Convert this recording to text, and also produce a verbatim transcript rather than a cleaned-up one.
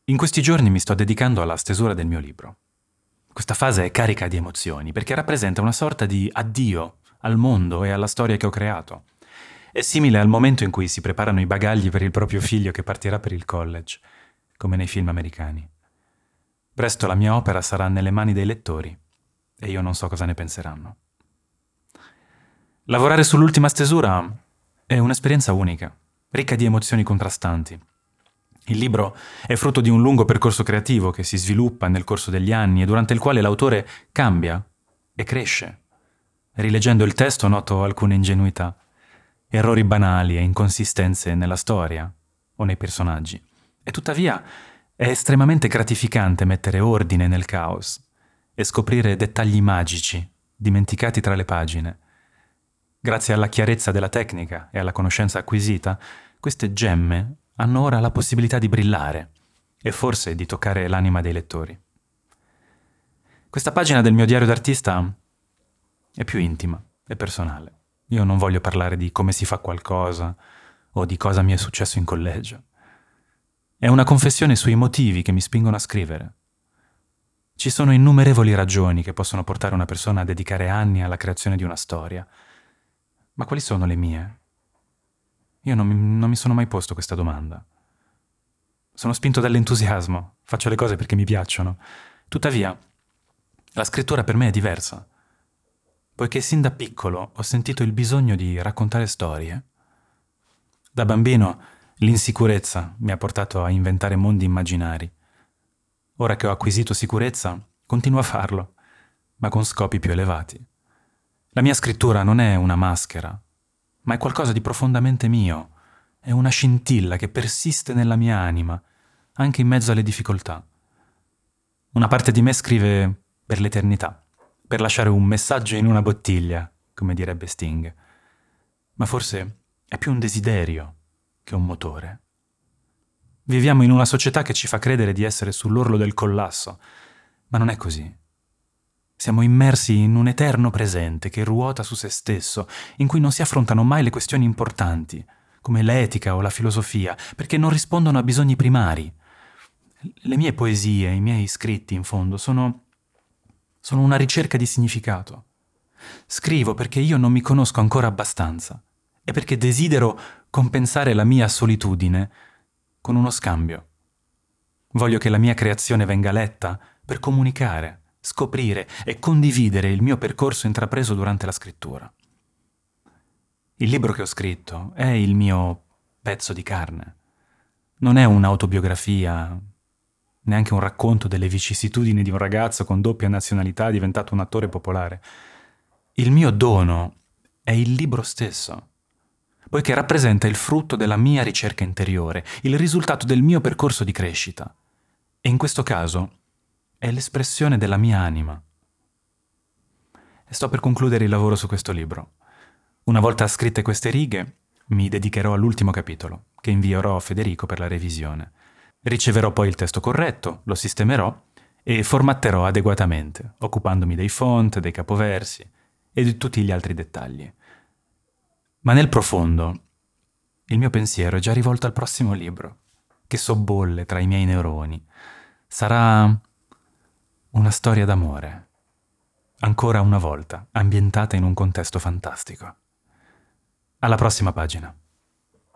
In questi giorni mi sto dedicando alla stesura del mio libro. Questa fase è carica di emozioni perché rappresenta una sorta di addio al mondo e alla storia che ho creato. È simile al momento in cui si preparano i bagagli per il proprio figlio che partirà per il college, come nei film americani. Presto la mia opera sarà nelle mani dei lettori e io non so cosa ne penseranno. Lavorare sull'ultima stesura è un'esperienza unica, ricca di emozioni contrastanti. Il libro è frutto di un lungo percorso creativo che si sviluppa nel corso degli anni e durante il quale l'autore cambia e cresce. Rileggendo il testo noto alcune ingenuità, errori banali e inconsistenze nella storia o nei personaggi. E tuttavia è estremamente gratificante mettere ordine nel caos e scoprire dettagli magici dimenticati tra le pagine. Grazie alla chiarezza della tecnica e alla conoscenza acquisita, queste gemme hanno ora la possibilità di brillare e forse di toccare l'anima dei lettori. Questa pagina del mio diario d'artista è più intima e personale. Io non voglio parlare di come si fa qualcosa o di cosa mi è successo in collegio. È una confessione sui motivi che mi spingono a scrivere. Ci sono innumerevoli ragioni che possono portare una persona a dedicare anni alla creazione di una storia. Ma quali sono le mie? Io non mi, non mi sono mai posto questa domanda. Sono spinto dall'entusiasmo, faccio le cose perché mi piacciono. Tuttavia, la scrittura per me è diversa, poiché sin da piccolo ho sentito il bisogno di raccontare storie. Da bambino l'insicurezza mi ha portato a inventare mondi immaginari. Ora che ho acquisito sicurezza, continuo a farlo, ma con scopi più elevati. La mia scrittura non è una maschera, ma è qualcosa di profondamente mio. È una scintilla che persiste nella mia anima, anche in mezzo alle difficoltà. Una parte di me scrive per l'eternità, per lasciare un messaggio in una bottiglia, come direbbe Sting. Ma forse è più un desiderio che un motore. Viviamo in una società che ci fa credere di essere sull'orlo del collasso, ma non è così. Siamo immersi in un eterno presente che ruota su se stesso, in cui non si affrontano mai le questioni importanti, come l'etica o la filosofia, perché non rispondono a bisogni primari. Le mie poesie, i miei scritti, in fondo, sono, sono una ricerca di significato. Scrivo perché io non mi conosco ancora abbastanza e perché desidero compensare la mia solitudine con uno scambio. Voglio che la mia creazione venga letta per comunicare, scoprire e condividere il mio percorso intrapreso durante la scrittura. Il libro che ho scritto è il mio pezzo di carne. Non è un'autobiografia, neanche un racconto delle vicissitudini di un ragazzo con doppia nazionalità diventato un attore popolare. Il mio dono è il libro stesso, poiché rappresenta il frutto della mia ricerca interiore, il risultato del mio percorso di crescita. E in questo caso è l'espressione della mia anima. E sto per concludere il lavoro su questo libro. Una volta scritte queste righe, mi dedicherò all'ultimo capitolo, che invierò a Federico per la revisione. Riceverò poi il testo corretto, lo sistemerò e formatterò adeguatamente, occupandomi dei font, dei capoversi e di tutti gli altri dettagli. Ma nel profondo, il mio pensiero è già rivolto al prossimo libro, che sobbolle tra i miei neuroni. Sarà una storia d'amore, ancora una volta, ambientata in un contesto fantastico. Alla prossima pagina.